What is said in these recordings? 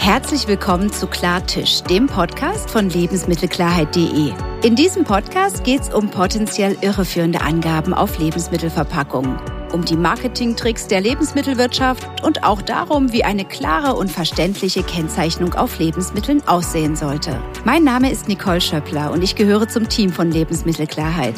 Herzlich willkommen zu Klartisch, dem Podcast von lebensmittelklarheit.de. In diesem Podcast geht es um potenziell irreführende Angaben auf Lebensmittelverpackungen, um die Marketingtricks der Lebensmittelwirtschaft und auch darum, wie eine klare und verständliche Kennzeichnung auf Lebensmitteln aussehen sollte. Mein Name ist Nicole Schöppler und ich gehöre zum Team von Lebensmittelklarheit.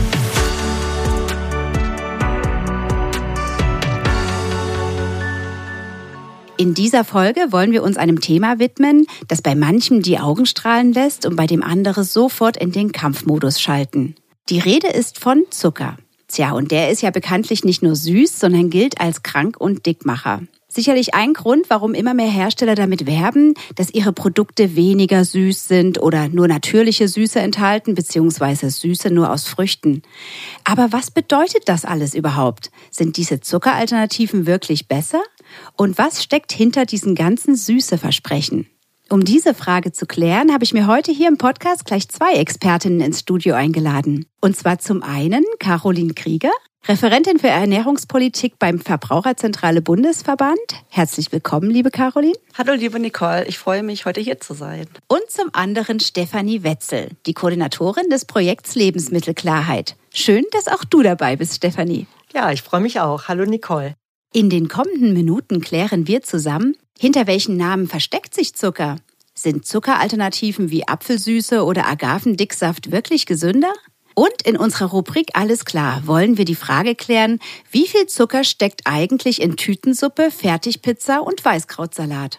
In dieser Folge wollen wir uns einem Thema widmen, das bei manchem die Augen strahlen lässt und bei dem andere sofort in den Kampfmodus schalten. Die Rede ist von Zucker. Tja, und der ist ja bekanntlich nicht nur süß, sondern gilt als Krank- und Dickmacher. Sicherlich ein Grund, warum immer mehr Hersteller damit werben, dass ihre Produkte weniger süß sind oder nur natürliche Süße enthalten, beziehungsweise Süße nur aus Früchten. Aber was bedeutet das alles überhaupt? Sind diese Zuckeralternativen wirklich besser? Und was steckt hinter diesen ganzen Süße-Versprechen? Um diese Frage zu klären, habe ich mir heute hier im Podcast gleich 2 Expertinnen ins Studio eingeladen. Und zwar zum einen Caroline Krieger, Referentin für Ernährungspolitik beim Verbraucherzentrale Bundesverband. Herzlich willkommen, liebe Caroline. Hallo, liebe Nicole. Ich freue mich, heute hier zu sein. Und zum anderen Stefanie Wetzel, die Koordinatorin des Projekts Lebensmittelklarheit. Schön, dass auch du dabei bist, Stefanie. Ja, ich freue mich auch. Hallo, Nicole. In den kommenden Minuten klären wir zusammen, hinter welchen Namen versteckt sich Zucker? Sind Zuckeralternativen wie Apfelsüße oder Agavendicksaft wirklich gesünder? Und in unserer Rubrik Alles klar wollen wir die Frage klären, wie viel Zucker steckt eigentlich in Tütensuppe, Fertigpizza und Weißkrautsalat?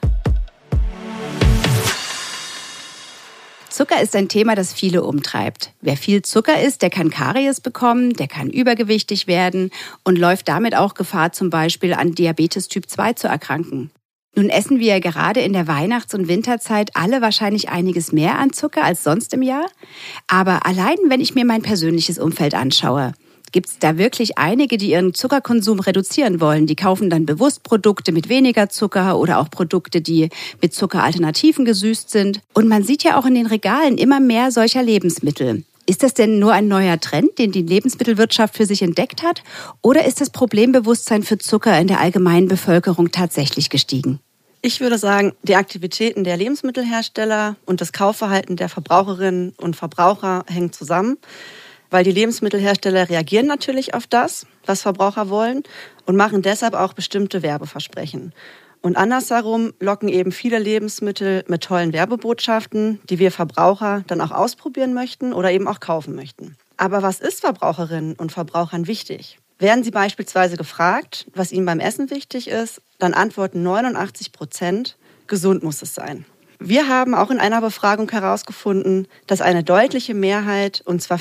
Zucker ist ein Thema, das viele umtreibt. Wer viel Zucker isst, der kann Karies bekommen, der kann übergewichtig werden und läuft damit auch Gefahr, zum Beispiel an Diabetes Typ 2 zu erkranken. Nun essen wir ja gerade in der Weihnachts- und Winterzeit alle wahrscheinlich einiges mehr an Zucker als sonst im Jahr. Aber allein, wenn ich mir mein persönliches Umfeld anschaue, gibt es da wirklich einige, die ihren Zuckerkonsum reduzieren wollen. Die kaufen dann bewusst Produkte mit weniger Zucker oder auch Produkte, die mit Zuckeralternativen gesüßt sind. Und man sieht ja auch in den Regalen immer mehr solcher Lebensmittel. Ist das denn nur ein neuer Trend, den die Lebensmittelwirtschaft für sich entdeckt hat? Oder ist das Problembewusstsein für Zucker in der allgemeinen Bevölkerung tatsächlich gestiegen? Ich würde sagen, die Aktivitäten der Lebensmittelhersteller und das Kaufverhalten der Verbraucherinnen und Verbraucher hängen zusammen, weil die Lebensmittelhersteller reagieren natürlich auf das, was Verbraucher wollen und machen deshalb auch bestimmte Werbeversprechen. Und andersherum locken eben viele Lebensmittel mit tollen Werbebotschaften, die wir Verbraucher dann auch ausprobieren möchten oder eben auch kaufen möchten. Aber was ist Verbraucherinnen und Verbrauchern wichtig? Werden sie beispielsweise gefragt, was ihnen beim Essen wichtig ist, dann antworten 89%, gesund muss es sein. Wir haben auch in einer Befragung herausgefunden, dass eine deutliche Mehrheit, und zwar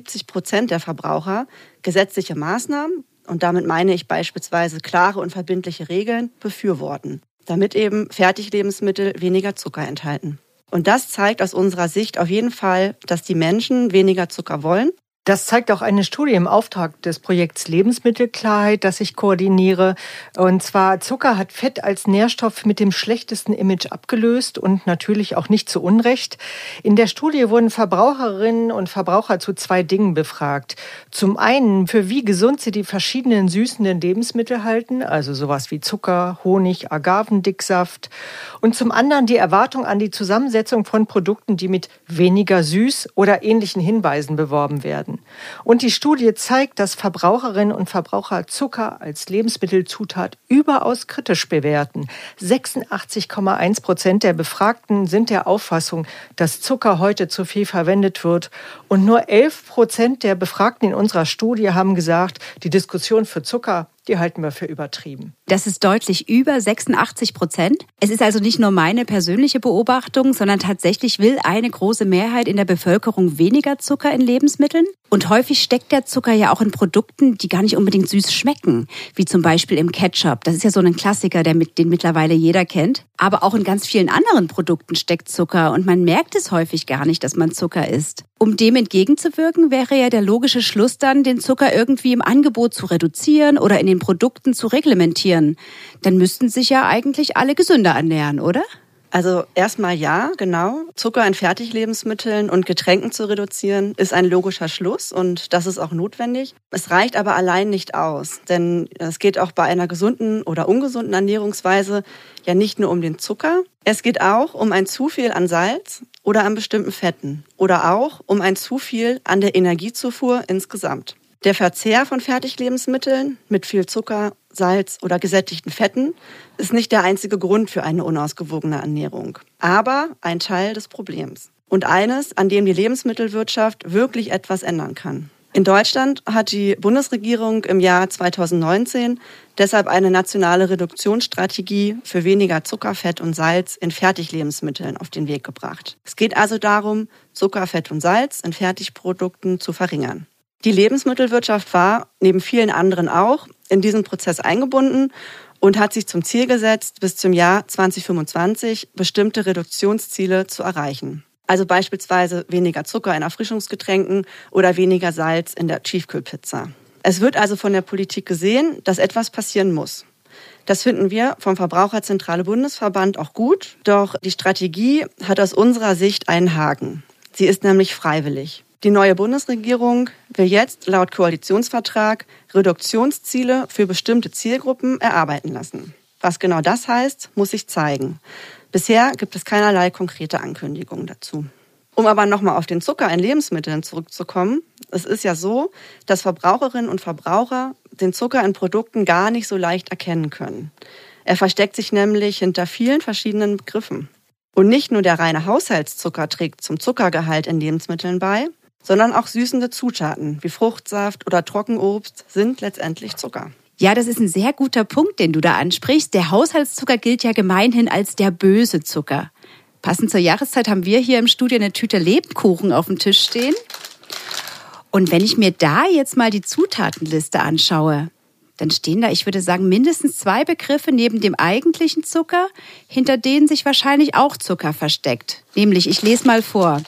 74% der Verbraucher, gesetzliche Maßnahmen, und damit meine ich beispielsweise klare und verbindliche Regeln, befürworten, damit eben Fertiglebensmittel weniger Zucker enthalten. Und das zeigt aus unserer Sicht auf jeden Fall, dass die Menschen weniger Zucker wollen. Das zeigt auch eine Studie im Auftrag des Projekts Lebensmittelklarheit, das ich koordiniere. Und zwar, Zucker hat Fett als Nährstoff mit dem schlechtesten Image abgelöst und natürlich auch nicht zu Unrecht. In der Studie wurden Verbraucherinnen und Verbraucher zu 2 Dingen befragt. Zum einen, für wie gesund sie die verschiedenen süßenden Lebensmittel halten, also sowas wie Zucker, Honig, Agavendicksaft. Und zum anderen die Erwartung an die Zusammensetzung von Produkten, die mit weniger süß oder ähnlichen Hinweisen beworben werden. Und die Studie zeigt, dass Verbraucherinnen und Verbraucher Zucker als Lebensmittelzutat überaus kritisch bewerten. 86,1% der Befragten sind der Auffassung, dass Zucker heute zu viel verwendet wird. Und nur 11% der Befragten in unserer Studie haben gesagt, die Diskussion für Zucker, die halten wir für übertrieben. Das ist deutlich über 86%. Es ist also nicht nur meine persönliche Beobachtung, sondern tatsächlich will eine große Mehrheit in der Bevölkerung weniger Zucker in Lebensmitteln. Und häufig steckt der Zucker ja auch in Produkten, die gar nicht unbedingt süß schmecken, wie zum Beispiel im Ketchup. Das ist ja so ein Klassiker, den mittlerweile jeder kennt. Aber auch in ganz vielen anderen Produkten steckt Zucker und man merkt es häufig gar nicht, dass man Zucker isst. Um dem entgegenzuwirken, wäre ja der logische Schluss dann, den Zucker irgendwie im Angebot zu reduzieren oder in den Produkten zu reglementieren. Dann müssten sich ja eigentlich alle gesünder ernähren, oder? Also erstmal ja, genau. Zucker in Fertiglebensmitteln und Getränken zu reduzieren, ist ein logischer Schluss und das ist auch notwendig. Es reicht aber allein nicht aus, denn es geht auch bei einer gesunden oder ungesunden Ernährungsweise ja nicht nur um den Zucker. Es geht auch um ein zu viel an Salz oder an bestimmten Fetten oder auch um ein zu viel an der Energiezufuhr insgesamt. Der Verzehr von Fertiglebensmitteln mit viel Zucker, Salz oder gesättigten Fetten ist nicht der einzige Grund für eine unausgewogene Ernährung, aber ein Teil des Problems. Und eines, an dem die Lebensmittelwirtschaft wirklich etwas ändern kann. In Deutschland hat die Bundesregierung im Jahr 2019 deshalb eine nationale Reduktionsstrategie für weniger Zucker, Fett und Salz in Fertiglebensmitteln auf den Weg gebracht. Es geht also darum, Zucker, Fett und Salz in Fertigprodukten zu verringern. Die Lebensmittelwirtschaft war, neben vielen anderen auch, in diesen Prozess eingebunden und hat sich zum Ziel gesetzt, bis zum Jahr 2025 bestimmte Reduktionsziele zu erreichen. Also beispielsweise weniger Zucker in Erfrischungsgetränken oder weniger Salz in der Tiefkühlpizza. Es wird also von der Politik gesehen, dass etwas passieren muss. Das finden wir vom Verbraucherzentrale Bundesverband auch gut, doch die Strategie hat aus unserer Sicht einen Haken. Sie ist nämlich freiwillig. Die neue Bundesregierung will jetzt laut Koalitionsvertrag Reduktionsziele für bestimmte Zielgruppen erarbeiten lassen. Was genau das heißt, muss sich zeigen. Bisher gibt es keinerlei konkrete Ankündigungen dazu. Um aber nochmal auf den Zucker in Lebensmitteln zurückzukommen, es ist ja so, dass Verbraucherinnen und Verbraucher den Zucker in Produkten gar nicht so leicht erkennen können. Er versteckt sich nämlich hinter vielen verschiedenen Begriffen. Und nicht nur der reine Haushaltszucker trägt zum Zuckergehalt in Lebensmitteln bei, sondern auch süßende Zutaten wie Fruchtsaft oder Trockenobst sind letztendlich Zucker. Ja, das ist ein sehr guter Punkt, den du da ansprichst. Der Haushaltszucker gilt ja gemeinhin als der böse Zucker. Passend zur Jahreszeit haben wir hier im Studio eine Tüte Lebkuchen auf dem Tisch stehen. Und wenn ich mir da jetzt mal die Zutatenliste anschaue, dann stehen da, ich würde sagen, mindestens 2 Begriffe neben dem eigentlichen Zucker, hinter denen sich wahrscheinlich auch Zucker versteckt. Nämlich, ich lese mal vor,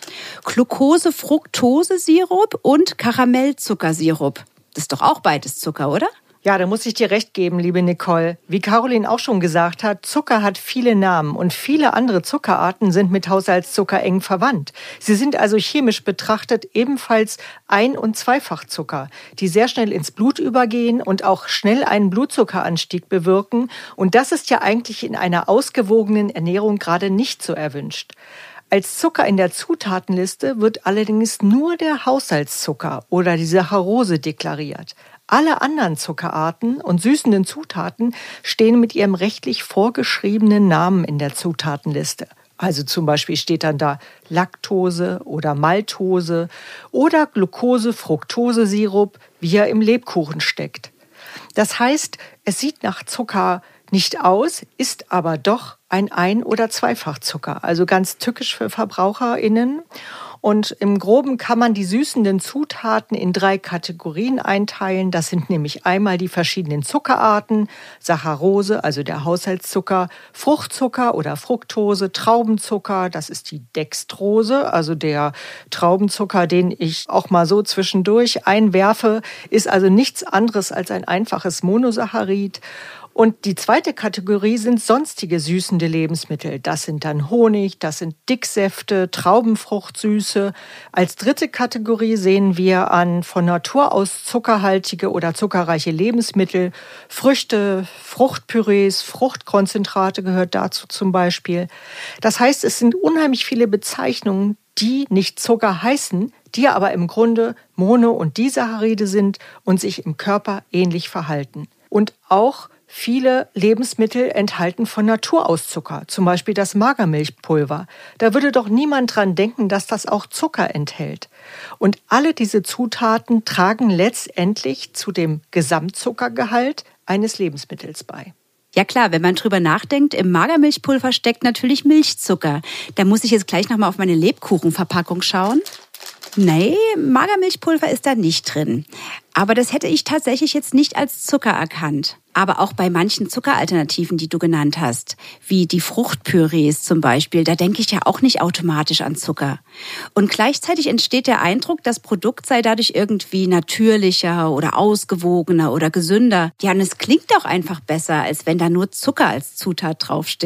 Glucose-Fructose-Sirup und Karamellzuckersirup. Das ist doch auch beides Zucker, oder? Ja, da muss ich dir recht geben, liebe Nicole. Wie Caroline auch schon gesagt hat, Zucker hat viele Namen und viele andere Zuckerarten sind mit Haushaltszucker eng verwandt. Sie sind also chemisch betrachtet ebenfalls Ein- und Zweifachzucker, die sehr schnell ins Blut übergehen und auch schnell einen Blutzuckeranstieg bewirken. Und das ist ja eigentlich in einer ausgewogenen Ernährung gerade nicht so erwünscht. Als Zucker in der Zutatenliste wird allerdings nur der Haushaltszucker oder die Saccharose deklariert. Alle anderen Zuckerarten und süßenden Zutaten stehen mit ihrem rechtlich vorgeschriebenen Namen in der Zutatenliste. Also zum Beispiel steht dann da Laktose oder Maltose oder Glucose-Fructose-Sirup, wie er im Lebkuchen steckt. Das heißt, es sieht nach Zucker nicht aus, ist aber doch ein Ein- oder Zweifachzucker, also ganz tückisch für VerbraucherInnen. Und im Groben kann man die süßenden Zutaten in 3 Kategorien einteilen. Das sind nämlich einmal die verschiedenen Zuckerarten, Saccharose, also der Haushaltszucker, Fruchtzucker oder Fructose, Traubenzucker, das ist die Dextrose, also der Traubenzucker, den ich auch mal so zwischendurch einwerfe, ist also nichts anderes als ein einfaches Monosaccharid. Und die zweite Kategorie sind sonstige süßende Lebensmittel. Das sind dann Honig, das sind Dicksäfte, Traubenfruchtsüße. Als dritte Kategorie sehen wir an von Natur aus zuckerhaltige oder zuckerreiche Lebensmittel. Früchte, Fruchtpürees, Fruchtkonzentrate gehört dazu zum Beispiel. Das heißt, es sind unheimlich viele Bezeichnungen, die nicht Zucker heißen, die aber im Grunde Mono- und Disaccharide sind und sich im Körper ähnlich verhalten. Und auch viele Lebensmittel enthalten von Natur aus Zucker, zum Beispiel das Magermilchpulver. Da würde doch niemand dran denken, dass das auch Zucker enthält. Und alle diese Zutaten tragen letztendlich zu dem Gesamtzuckergehalt eines Lebensmittels bei. Ja klar, wenn man drüber nachdenkt, im Magermilchpulver steckt natürlich Milchzucker. Da muss ich jetzt gleich nochmal auf meine Lebkuchenverpackung schauen. Nee, Magermilchpulver ist da nicht drin. Aber das hätte ich tatsächlich jetzt nicht als Zucker erkannt. Aber auch bei manchen Zuckeralternativen, die du genannt hast, wie die Fruchtpürees zum Beispiel, da denke ich ja auch nicht automatisch an Zucker. Und gleichzeitig entsteht der Eindruck, das Produkt sei dadurch irgendwie natürlicher oder ausgewogener oder gesünder. Ja, und es klingt auch einfach besser, als wenn da nur Zucker als Zutat draufsteht.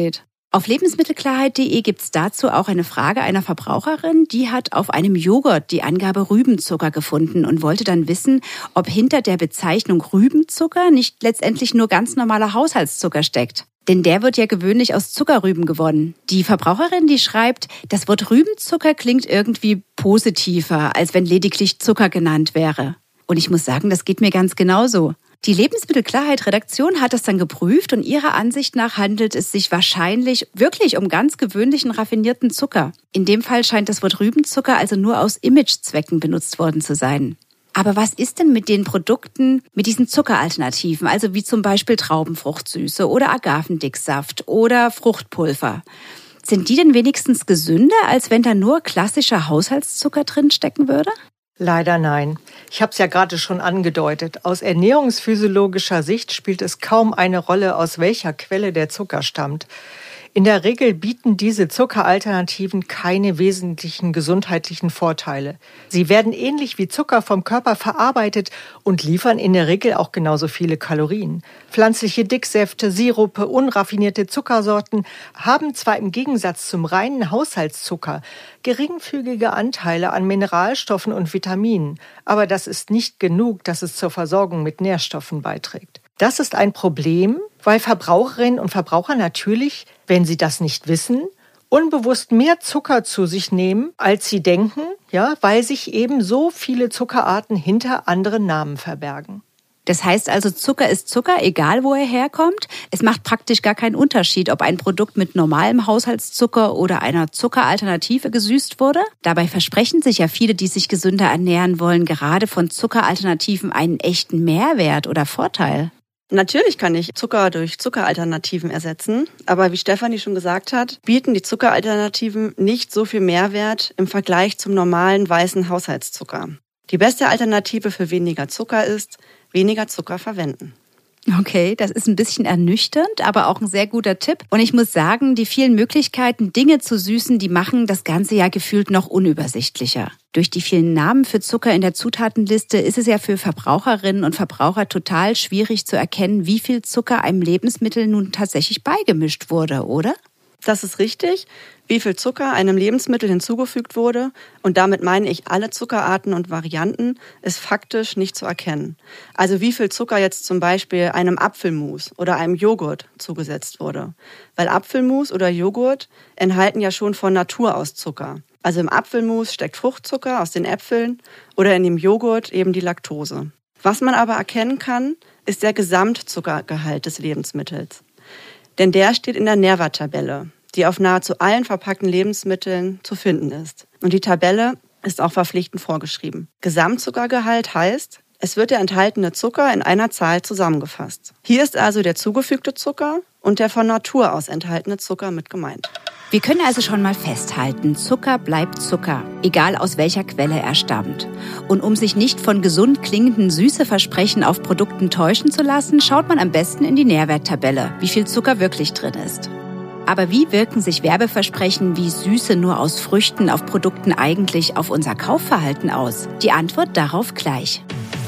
Auf lebensmittelklarheit.de gibt's dazu auch eine Frage einer Verbraucherin, die hat auf einem Joghurt die Angabe Rübenzucker gefunden und wollte dann wissen, ob hinter der Bezeichnung Rübenzucker nicht letztendlich nur ganz normaler Haushaltszucker steckt. Denn der wird ja gewöhnlich aus Zuckerrüben gewonnen. Die Verbraucherin, die schreibt, das Wort Rübenzucker klingt irgendwie positiver, als wenn lediglich Zucker genannt wäre. Und ich muss sagen, das geht mir ganz genauso. Die Lebensmittelklarheit-Redaktion hat das dann geprüft und ihrer Ansicht nach handelt es sich wahrscheinlich wirklich um ganz gewöhnlichen raffinierten Zucker. In dem Fall scheint das Wort Rübenzucker also nur aus Imagezwecken benutzt worden zu sein. Aber was ist denn mit den Produkten, mit diesen Zuckeralternativen, also wie zum Beispiel Traubenfruchtsüße oder Agavendicksaft oder Fruchtpulver? Sind die denn wenigstens gesünder, als wenn da nur klassischer Haushaltszucker drin stecken würde? Leider nein. Ich habe es ja gerade schon angedeutet. Aus ernährungsphysiologischer Sicht spielt es kaum eine Rolle, aus welcher Quelle der Zucker stammt. In der Regel bieten diese Zuckeralternativen keine wesentlichen gesundheitlichen Vorteile. Sie werden ähnlich wie Zucker vom Körper verarbeitet und liefern in der Regel auch genauso viele Kalorien. Pflanzliche Dicksäfte, Sirupe, unraffinierte Zuckersorten haben zwar im Gegensatz zum reinen Haushaltszucker geringfügige Anteile an Mineralstoffen und Vitaminen, aber das ist nicht genug, dass es zur Versorgung mit Nährstoffen beiträgt. Das ist ein Problem, weil Verbraucherinnen und Verbraucher natürlich, wenn sie das nicht wissen, unbewusst mehr Zucker zu sich nehmen, als sie denken, ja, weil sich eben so viele Zuckerarten hinter anderen Namen verbergen. Das heißt also, Zucker ist Zucker, egal wo er herkommt. Es macht praktisch gar keinen Unterschied, ob ein Produkt mit normalem Haushaltszucker oder einer Zuckeralternative gesüßt wurde. Dabei versprechen sich ja viele, die sich gesünder ernähren wollen, gerade von Zuckeralternativen einen echten Mehrwert oder Vorteil. Natürlich kann ich Zucker durch Zuckeralternativen ersetzen, aber wie Stefanie schon gesagt hat, bieten die Zuckeralternativen nicht so viel Mehrwert im Vergleich zum normalen weißen Haushaltszucker. Die beste Alternative für weniger Zucker ist, weniger Zucker verwenden. Okay, das ist ein bisschen ernüchternd, aber auch ein sehr guter Tipp. Und ich muss sagen, die vielen Möglichkeiten, Dinge zu süßen, die machen das Ganze ja gefühlt noch unübersichtlicher. Durch die vielen Namen für Zucker in der Zutatenliste ist es ja für Verbraucherinnen und Verbraucher total schwierig zu erkennen, wie viel Zucker einem Lebensmittel nun tatsächlich beigemischt wurde, oder? Das ist richtig, wie viel Zucker einem Lebensmittel hinzugefügt wurde, und damit meine ich alle Zuckerarten und Varianten, ist faktisch nicht zu erkennen. Also wie viel Zucker jetzt zum Beispiel einem Apfelmus oder einem Joghurt zugesetzt wurde. Weil Apfelmus oder Joghurt enthalten ja schon von Natur aus Zucker. Also im Apfelmus steckt Fruchtzucker aus den Äpfeln oder in dem Joghurt eben die Laktose. Was man aber erkennen kann, ist der Gesamtzuckergehalt des Lebensmittels. Denn der steht in der Nährwerttabelle, die auf nahezu allen verpackten Lebensmitteln zu finden ist. Und die Tabelle ist auch verpflichtend vorgeschrieben. Gesamtzuckergehalt heißt, es wird der enthaltene Zucker in einer Zahl zusammengefasst. Hier ist also der zugefügte Zucker und der von Natur aus enthaltene Zucker mit gemeint. Wir können also schon mal festhalten, Zucker bleibt Zucker, egal aus welcher Quelle er stammt. Und um sich nicht von gesund klingenden Süßeversprechen auf Produkten täuschen zu lassen, schaut man am besten in die Nährwerttabelle, wie viel Zucker wirklich drin ist. Aber wie wirken sich Werbeversprechen wie Süße nur aus Früchten auf Produkten eigentlich auf unser Kaufverhalten aus? Die Antwort darauf gleich.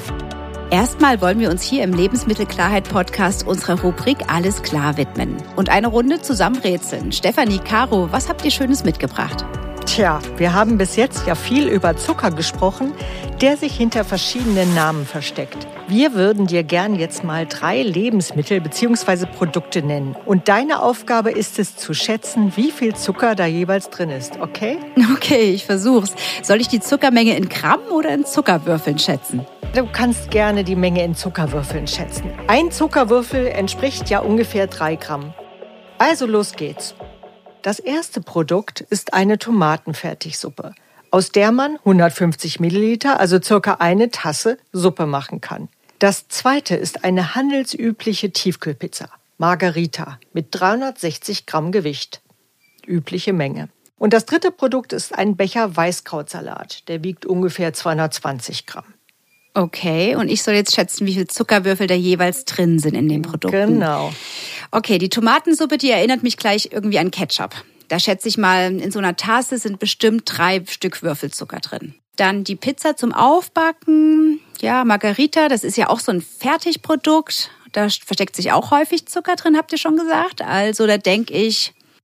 Erstmal wollen wir uns hier im Lebensmittelklarheit-Podcast unserer Rubrik Alles klar widmen und eine Runde zusammen rätseln. Stefanie, Caro, was habt ihr Schönes mitgebracht? Tja, wir haben bis jetzt ja viel über Zucker gesprochen, der sich hinter verschiedenen Namen versteckt. Wir würden dir gern jetzt mal 3 Lebensmittel bzw. Produkte nennen. Und deine Aufgabe ist es zu schätzen, wie viel Zucker da jeweils drin ist, okay? Okay, ich versuch's. Soll ich die Zuckermenge in Gramm oder in Zuckerwürfeln schätzen? Du kannst gerne die Menge in Zuckerwürfeln schätzen. Ein Zuckerwürfel entspricht ja ungefähr 3 Gramm. Also los geht's. Das erste Produkt ist eine Tomatenfertigsuppe, aus der man 150 Milliliter, also circa eine Tasse, Suppe machen kann. Das zweite ist eine handelsübliche Tiefkühlpizza, Margherita, mit 360 Gramm Gewicht. Übliche Menge. Und das dritte Produkt ist ein Becher Weißkrautsalat, der wiegt ungefähr 220 Gramm. Okay, und ich soll jetzt schätzen, wie viel Zuckerwürfel da jeweils drin sind in den Produkten. Genau. Okay, die Tomatensuppe, die erinnert mich gleich irgendwie an Ketchup. Da schätze ich mal, in so einer Tasse sind bestimmt 3 Stück Würfelzucker drin. Dann die Pizza zum Aufbacken. Ja, Margherita, das ist ja auch so ein Fertigprodukt. Da versteckt sich auch häufig Zucker drin, habt ihr schon gesagt. Also da denke ich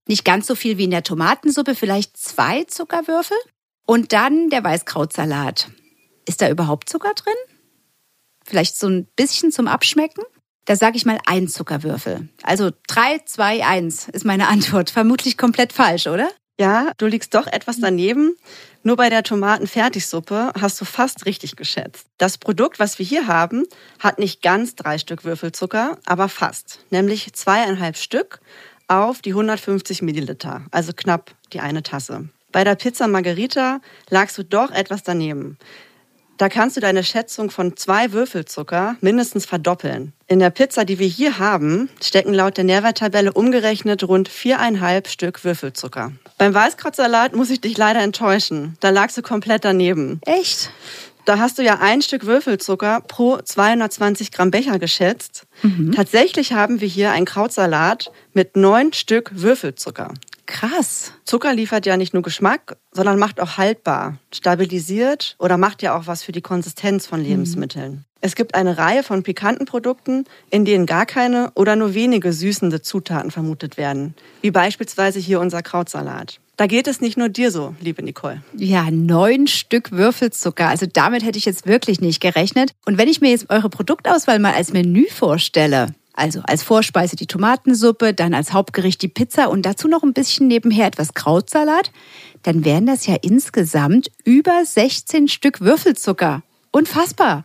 Nicht ganz so viel wie in der Tomatensuppe, vielleicht 2 Zuckerwürfel. Und dann der Weißkrautsalat. Ist da überhaupt Zucker drin? Vielleicht so ein bisschen zum Abschmecken? Da sage ich mal 1 Zuckerwürfel. Also 3, 2, 1 ist meine Antwort. Vermutlich komplett falsch, oder? Ja, du liegst doch etwas daneben. Nur bei der Tomatenfertigsuppe hast du fast richtig geschätzt. Das Produkt, was wir hier haben, hat nicht ganz 3 Stück Würfelzucker, aber fast. Nämlich 2,5 Stück auf die 150 Milliliter, also knapp die eine Tasse. Bei der Pizza Margherita lagst du doch etwas daneben. Da kannst du deine Schätzung von 2 Würfelzucker mindestens verdoppeln. In der Pizza, die wir hier haben, stecken laut der Nährwerttabelle umgerechnet rund 4,5 Stück Würfelzucker. Beim Weißkrautsalat muss ich dich leider enttäuschen. Da lagst du komplett daneben. Echt? Da hast du ja 1 Stück Würfelzucker pro 220 Gramm Becher geschätzt. Tatsächlich haben wir hier einen Krautsalat mit 9 Stück Würfelzucker. Krass. Zucker liefert ja nicht nur Geschmack, sondern macht auch haltbar, stabilisiert oder macht ja auch was für die Konsistenz von Lebensmitteln. Es gibt eine Reihe von pikanten Produkten, in denen gar keine oder nur wenige süßende Zutaten vermutet werden, wie beispielsweise hier unser Krautsalat. Da geht es nicht nur dir so, liebe Nicole. Ja, 9 Stück Würfelzucker. Also damit hätte ich jetzt wirklich nicht gerechnet. Und wenn ich mir jetzt eure Produktauswahl mal als Menü vorstelle, also als Vorspeise die Tomatensuppe, dann als Hauptgericht die Pizza und dazu noch ein bisschen nebenher etwas Krautsalat, dann wären das ja insgesamt über 16 Stück Würfelzucker. Unfassbar!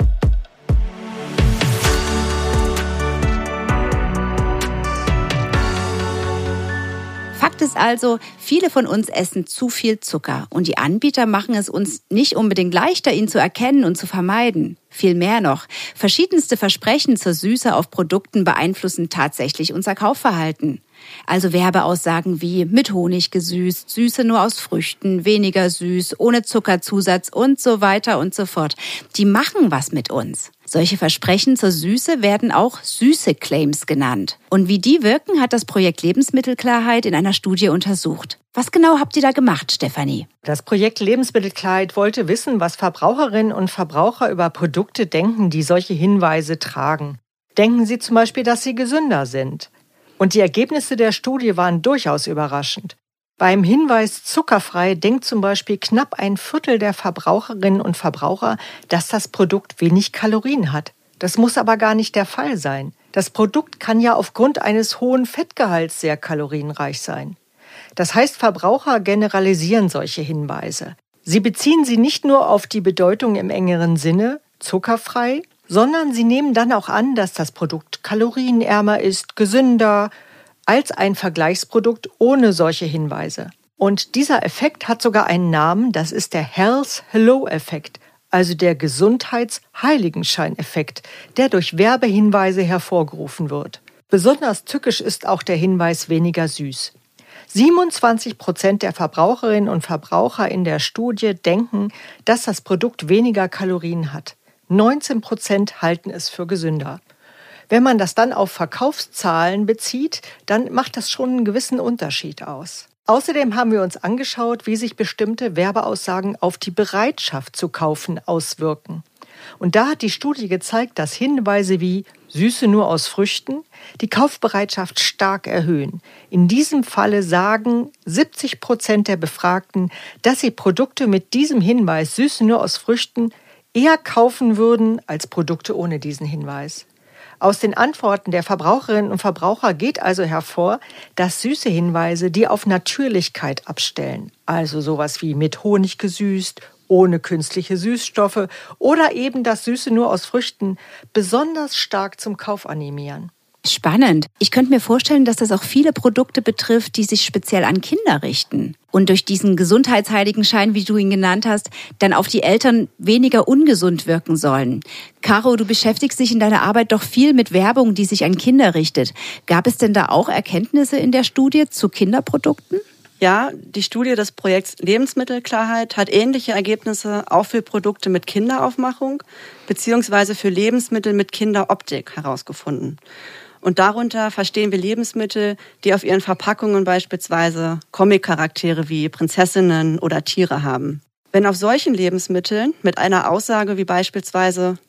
Fakt ist also, viele von uns essen zu viel Zucker und die Anbieter machen es uns nicht unbedingt leichter, ihn zu erkennen und zu vermeiden. Viel mehr noch. Verschiedenste Versprechen zur Süße auf Produkten beeinflussen tatsächlich unser Kaufverhalten. Also Werbeaussagen wie mit Honig gesüßt, Süße nur aus Früchten, weniger süß, ohne Zuckerzusatz und so weiter und so fort. Die machen was mit uns. Solche Versprechen zur Süße werden auch Süße-Claims genannt. Und wie die wirken, hat das Projekt Lebensmittelklarheit in einer Studie untersucht. Was genau habt ihr da gemacht, Stefanie? Das Projekt Lebensmittelklarheit wollte wissen, was Verbraucherinnen und Verbraucher über Produkte denken, die solche Hinweise tragen. Denken sie zum Beispiel, dass sie gesünder sind? Und die Ergebnisse der Studie waren durchaus überraschend. Beim Hinweis zuckerfrei denkt zum Beispiel knapp 1/4 der Verbraucherinnen und Verbraucher, dass das Produkt wenig Kalorien hat. Das muss aber gar nicht der Fall sein. Das Produkt kann ja aufgrund eines hohen Fettgehalts sehr kalorienreich sein. Das heißt, Verbraucher generalisieren solche Hinweise. Sie beziehen sie nicht nur auf die Bedeutung im engeren Sinne, zuckerfrei, sondern sie nehmen dann auch an, dass das Produkt kalorienärmer ist, gesünder, als ein Vergleichsprodukt ohne solche Hinweise. Und dieser Effekt hat sogar einen Namen, das ist der Health-Hello-Effekt, also der Gesundheitsheiligenschein-Effekt, der durch Werbehinweise hervorgerufen wird. Besonders tückisch ist auch der Hinweis weniger süß. 27% der Verbraucherinnen und Verbraucher in der Studie denken, dass das Produkt weniger Kalorien hat. 19% halten es für gesünder. Wenn man das dann auf Verkaufszahlen bezieht, dann macht das schon einen gewissen Unterschied aus. Außerdem haben wir uns angeschaut, wie sich bestimmte Werbeaussagen auf die Bereitschaft zu kaufen auswirken. Und da hat die Studie gezeigt, dass Hinweise wie Süße nur aus Früchten die Kaufbereitschaft stark erhöhen. In diesem Falle sagen 70% der Befragten, dass sie Produkte mit diesem Hinweis Süße nur aus Früchten eher kaufen würden als Produkte ohne diesen Hinweis. Aus den Antworten der Verbraucherinnen und Verbraucher geht also hervor, dass süße Hinweise, die auf Natürlichkeit abstellen, also sowas wie mit Honig gesüßt, ohne künstliche Süßstoffe oder eben das Süße nur aus Früchten, besonders stark zum Kauf animieren. Spannend. Ich könnte mir vorstellen, dass das auch viele Produkte betrifft, die sich speziell an Kinder richten. Und durch diesen Gesundheitsheiligenschein, wie du ihn genannt hast, dann auf die Eltern weniger ungesund wirken sollen. Caro, du beschäftigst dich in deiner Arbeit doch viel mit Werbung, die sich an Kinder richtet. Gab es denn da auch Erkenntnisse in der Studie zu Kinderprodukten? Ja, die Studie des Projekts Lebensmittelklarheit hat ähnliche Ergebnisse auch für Produkte mit Kinderaufmachung bzw. für Lebensmittel mit Kinderoptik herausgefunden. Und darunter verstehen wir Lebensmittel, die auf ihren Verpackungen beispielsweise Comic-Charaktere wie Prinzessinnen oder Tiere haben. Wenn auf solchen Lebensmitteln mit einer Aussage wie beispielsweise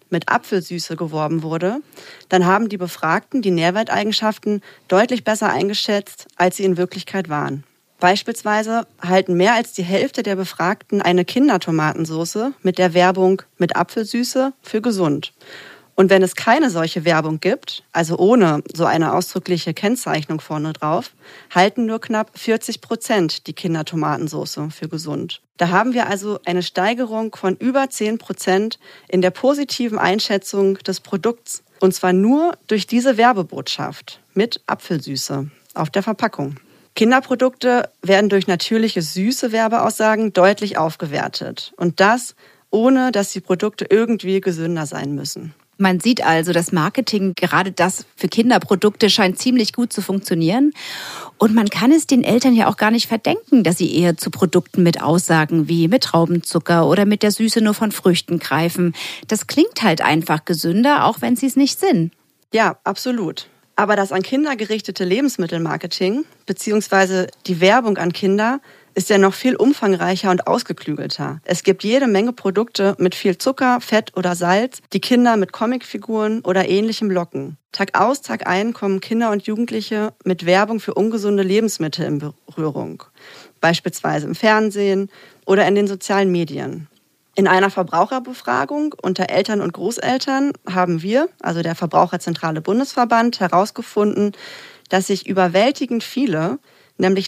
mit Apfelsüße geworben wurde, dann haben die Befragten die Nährwerteigenschaften deutlich besser eingeschätzt, als sie in Wirklichkeit waren. Beispielsweise halten mehr als die Hälfte der Befragten eine Kindertomatensauce mit der Werbung mit Apfelsüße für gesund. Und wenn es keine solche Werbung gibt, also ohne so eine ausdrückliche Kennzeichnung vorne drauf, halten nur knapp 40% die Kindertomatensauce für gesund. Da haben wir also eine Steigerung von über 10% in der positiven Einschätzung des Produkts. Und zwar nur durch diese Werbebotschaft mit Apfelsüße auf der Verpackung. Kinderprodukte werden durch natürliche süße Werbeaussagen deutlich aufgewertet. Und das, ohne dass die Produkte irgendwie gesünder sein müssen. Man sieht also, das Marketing, gerade das für Kinderprodukte, scheint ziemlich gut zu funktionieren. Und man kann es den Eltern ja auch gar nicht verdenken, dass sie eher zu Produkten mit Aussagen wie mit Traubenzucker oder mit der Süße nur von Früchten greifen. Das klingt halt einfach gesünder, auch wenn sie es nicht sind. Ja, absolut. Aber das an Kinder gerichtete Lebensmittelmarketing bzw. die Werbung an Kinder ist ja noch viel umfangreicher und ausgeklügelter. Es gibt jede Menge Produkte mit viel Zucker, Fett oder Salz, die Kinder mit Comicfiguren oder Ähnlichem locken. Tag aus, Tag ein kommen Kinder und Jugendliche mit Werbung für ungesunde Lebensmittel in Berührung. Beispielsweise im Fernsehen oder in den sozialen Medien. In einer Verbraucherbefragung unter Eltern und Großeltern haben wir, also der Verbraucherzentrale Bundesverband, herausgefunden, dass sich überwältigend viele, nämlich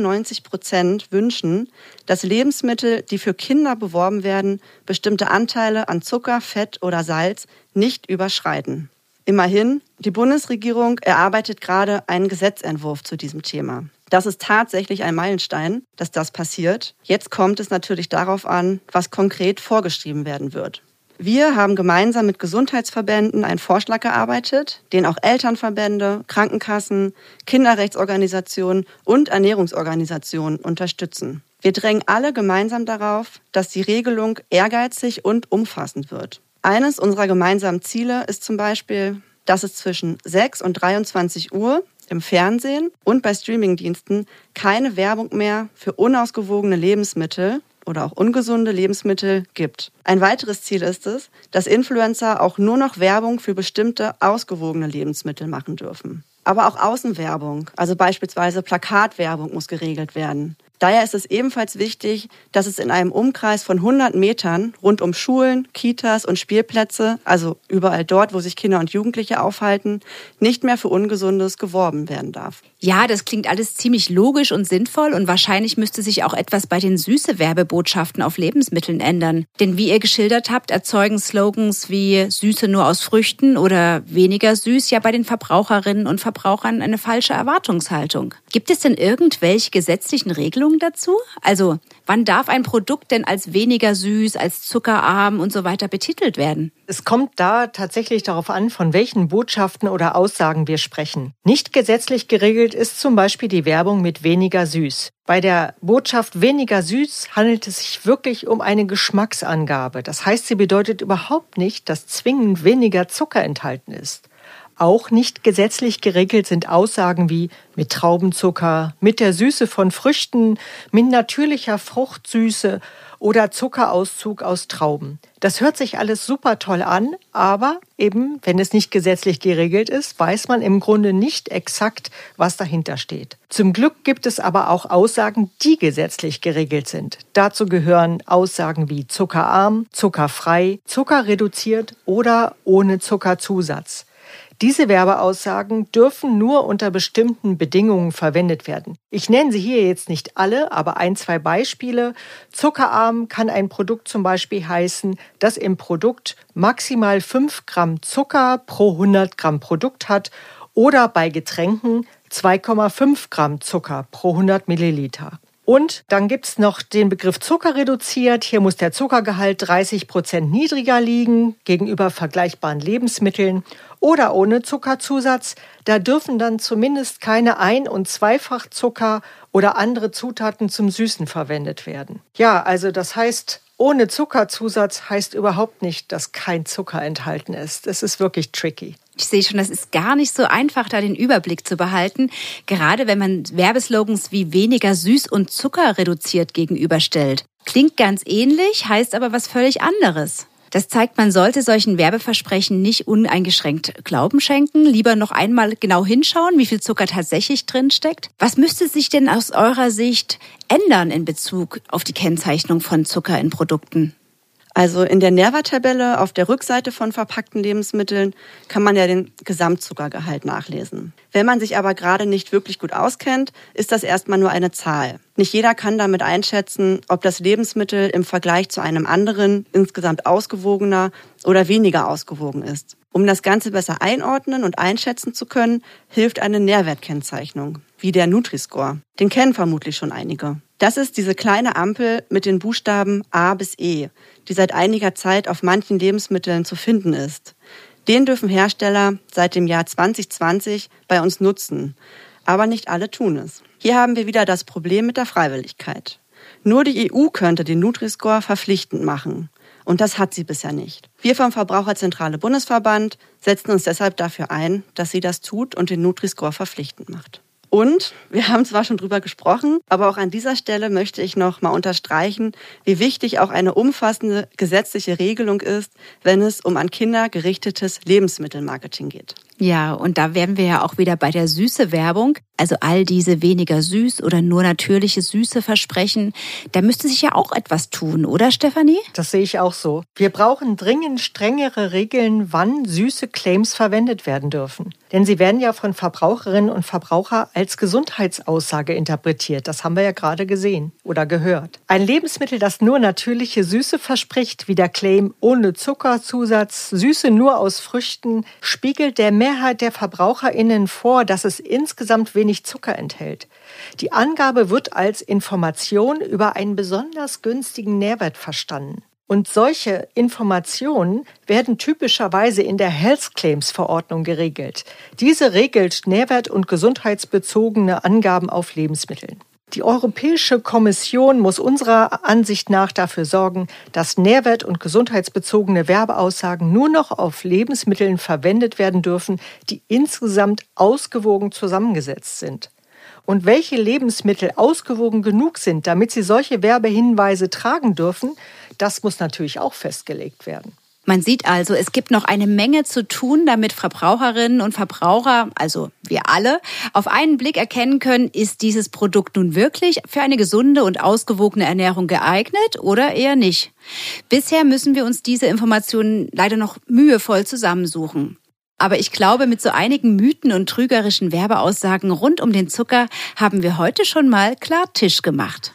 93% wünschen, dass Lebensmittel, die für Kinder beworben werden, bestimmte Anteile an Zucker, Fett oder Salz nicht überschreiten. Immerhin, die Bundesregierung erarbeitet gerade einen Gesetzentwurf zu diesem Thema. Das ist tatsächlich ein Meilenstein, dass das passiert. Jetzt kommt es natürlich darauf an, was konkret vorgeschrieben werden wird. Wir haben gemeinsam mit Gesundheitsverbänden einen Vorschlag erarbeitet, den auch Elternverbände, Krankenkassen, Kinderrechtsorganisationen und Ernährungsorganisationen unterstützen. Wir drängen alle gemeinsam darauf, dass die Regelung ehrgeizig und umfassend wird. Eines unserer gemeinsamen Ziele ist zum Beispiel, dass es zwischen 6 und 23 Uhr im Fernsehen und bei Streamingdiensten keine Werbung mehr für unausgewogene Lebensmittel oder auch ungesunde Lebensmittel gibt. Ein weiteres Ziel ist es, dass Influencer auch nur noch Werbung für bestimmte ausgewogene Lebensmittel machen dürfen. Aber auch Außenwerbung, also beispielsweise Plakatwerbung, muss geregelt werden. Daher ist es ebenfalls wichtig, dass es in einem Umkreis von 100 Metern rund um Schulen, Kitas und Spielplätze, also überall dort, wo sich Kinder und Jugendliche aufhalten, nicht mehr für Ungesundes geworben werden darf. Ja, das klingt alles ziemlich logisch und sinnvoll und wahrscheinlich müsste sich auch etwas bei den Süße-Werbebotschaften auf Lebensmitteln ändern. Denn wie ihr geschildert habt, erzeugen Slogans wie Süße nur aus Früchten oder weniger süß ja bei den Verbraucherinnen und Verbrauchern eine falsche Erwartungshaltung. Gibt es denn irgendwelche gesetzlichen Regelungen dazu? Also, wann darf ein Produkt denn als weniger süß, als zuckerarm und so weiter betitelt werden? Es kommt da tatsächlich darauf an, von welchen Botschaften oder Aussagen wir sprechen. Nicht gesetzlich geregelt ist zum Beispiel die Werbung mit weniger süß. Bei der Botschaft weniger süß handelt es sich wirklich um eine Geschmacksangabe. Das heißt, sie bedeutet überhaupt nicht, dass zwingend weniger Zucker enthalten ist. Auch nicht gesetzlich geregelt sind Aussagen wie mit Traubenzucker, mit der Süße von Früchten, mit natürlicher Fruchtsüße oder Zuckerauszug aus Trauben. Das hört sich alles super toll an, aber eben, wenn es nicht gesetzlich geregelt ist, weiß man im Grunde nicht exakt, was dahinter steht. Zum Glück gibt es aber auch Aussagen, die gesetzlich geregelt sind. Dazu gehören Aussagen wie zuckerarm, zuckerfrei, zuckerreduziert oder ohne Zuckerzusatz. Diese Werbeaussagen dürfen nur unter bestimmten Bedingungen verwendet werden. Ich nenne sie hier jetzt nicht alle, aber 1, 2 Beispiele. Zuckerarm kann ein Produkt zum Beispiel heißen, das im Produkt maximal 5 Gramm Zucker pro 100 Gramm Produkt hat oder bei Getränken 2,5 Gramm Zucker pro 100 Milliliter. Und dann gibt es noch den Begriff zuckerreduziert. Hier muss der Zuckergehalt 30% niedriger liegen gegenüber vergleichbaren Lebensmitteln oder ohne Zuckerzusatz. Da dürfen dann zumindest keine Ein- und Zweifachzucker oder andere Zutaten zum Süßen verwendet werden. Ja, also das heißt, ohne Zuckerzusatz heißt überhaupt nicht, dass kein Zucker enthalten ist. Es ist wirklich tricky. Ich sehe schon, das ist gar nicht so einfach, da den Überblick zu behalten, gerade wenn man Werbeslogans wie weniger süß und zuckerreduziert gegenüberstellt. Klingt ganz ähnlich, heißt aber was völlig anderes. Das zeigt, man sollte solchen Werbeversprechen nicht uneingeschränkt Glauben schenken. Lieber noch einmal genau hinschauen, wie viel Zucker tatsächlich drinsteckt. Was müsste sich denn aus eurer Sicht ändern in Bezug auf die Kennzeichnung von Zucker in Produkten? Also in der Nährwerttabelle auf der Rückseite von verpackten Lebensmitteln kann man ja den Gesamtzuckergehalt nachlesen. Wenn man sich aber gerade nicht wirklich gut auskennt, ist das erstmal nur eine Zahl. Nicht jeder kann damit einschätzen, ob das Lebensmittel im Vergleich zu einem anderen insgesamt ausgewogener oder weniger ausgewogen ist. Um das Ganze besser einordnen und einschätzen zu können, hilft eine Nährwertkennzeichnung, wie der Nutri-Score. Den kennen vermutlich schon einige. Das ist diese kleine Ampel mit den Buchstaben A bis E, die seit einiger Zeit auf manchen Lebensmitteln zu finden ist. Den dürfen Hersteller seit dem Jahr 2020 bei uns nutzen. Aber nicht alle tun es. Hier haben wir wieder das Problem mit der Freiwilligkeit. Nur die EU könnte den Nutri-Score verpflichtend machen. Und das hat sie bisher nicht. Wir vom Verbraucherzentrale Bundesverband setzen uns deshalb dafür ein, dass sie das tut und den Nutri-Score verpflichtend macht. Und wir haben zwar schon drüber gesprochen, aber auch an dieser Stelle möchte ich noch mal unterstreichen, wie wichtig auch eine umfassende gesetzliche Regelung ist, wenn es um an Kinder gerichtetes Lebensmittelmarketing geht. Ja, und da wären wir ja auch wieder bei der Süße-Werbung. Also all diese weniger süß oder nur natürliche Süße versprechen. Da müsste sich ja auch etwas tun, oder Stefanie? Das sehe ich auch so. Wir brauchen dringend strengere Regeln, wann süße Claims verwendet werden dürfen. Denn sie werden ja von Verbraucherinnen und Verbrauchern als Gesundheitsaussage interpretiert. Das haben wir ja gerade gesehen oder gehört. Ein Lebensmittel, das nur natürliche Süße verspricht, wie der Claim ohne Zuckerzusatz, Süße nur aus Früchten, spiegelt der Mehrheit der VerbraucherInnen vor, dass es insgesamt wenig Zucker enthält. Die Angabe wird als Information über einen besonders günstigen Nährwert verstanden. Und solche Informationen werden typischerweise in der Health Claims Verordnung geregelt. Diese regelt nährwert- und gesundheitsbezogene Angaben auf Lebensmitteln. Die Europäische Kommission muss unserer Ansicht nach dafür sorgen, dass nährwert- und gesundheitsbezogene Werbeaussagen nur noch auf Lebensmitteln verwendet werden dürfen, die insgesamt ausgewogen zusammengesetzt sind. Und welche Lebensmittel ausgewogen genug sind, damit sie solche Werbehinweise tragen dürfen, das muss natürlich auch festgelegt werden. Man sieht also, es gibt noch eine Menge zu tun, damit Verbraucherinnen und Verbraucher, also wir alle, auf einen Blick erkennen können, ist dieses Produkt nun wirklich für eine gesunde und ausgewogene Ernährung geeignet oder eher nicht. Bisher müssen wir uns diese Informationen leider noch mühevoll zusammensuchen. Aber ich glaube, mit so einigen Mythen und trügerischen Werbeaussagen rund um den Zucker haben wir heute schon mal klar Tisch gemacht.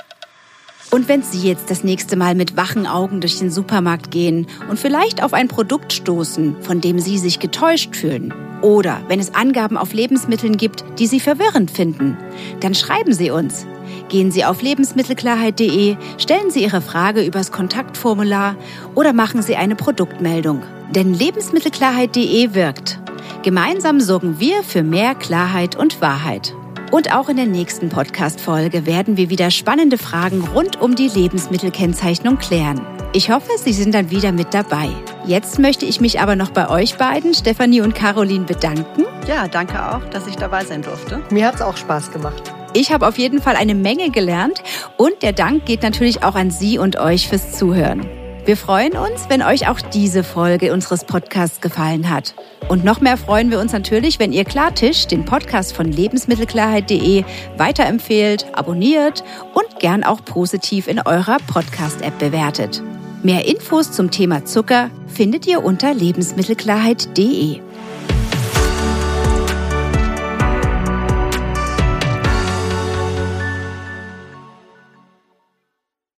Und wenn Sie jetzt das nächste Mal mit wachen Augen durch den Supermarkt gehen und vielleicht auf ein Produkt stoßen, von dem Sie sich getäuscht fühlen, oder wenn es Angaben auf Lebensmitteln gibt, die Sie verwirrend finden, dann schreiben Sie uns. Gehen Sie auf lebensmittelklarheit.de, stellen Sie Ihre Frage übers Kontaktformular oder machen Sie eine Produktmeldung. Denn lebensmittelklarheit.de wirkt. Gemeinsam sorgen wir für mehr Klarheit und Wahrheit. Und auch in der nächsten Podcast-Folge werden wir wieder spannende Fragen rund um die Lebensmittelkennzeichnung klären. Ich hoffe, Sie sind dann wieder mit dabei. Jetzt möchte ich mich aber noch bei euch beiden, Stefanie und Caroline, bedanken. Ja, danke auch, dass ich dabei sein durfte. Mir hat es auch Spaß gemacht. Ich habe auf jeden Fall eine Menge gelernt und der Dank geht natürlich auch an Sie und euch fürs Zuhören. Wir freuen uns, wenn euch auch diese Folge unseres Podcasts gefallen hat. Und noch mehr freuen wir uns natürlich, wenn ihr Klartisch, den Podcast von lebensmittelklarheit.de, weiterempfehlt, abonniert und gern auch positiv in eurer Podcast-App bewertet. Mehr Infos zum Thema Zucker findet ihr unter lebensmittelklarheit.de.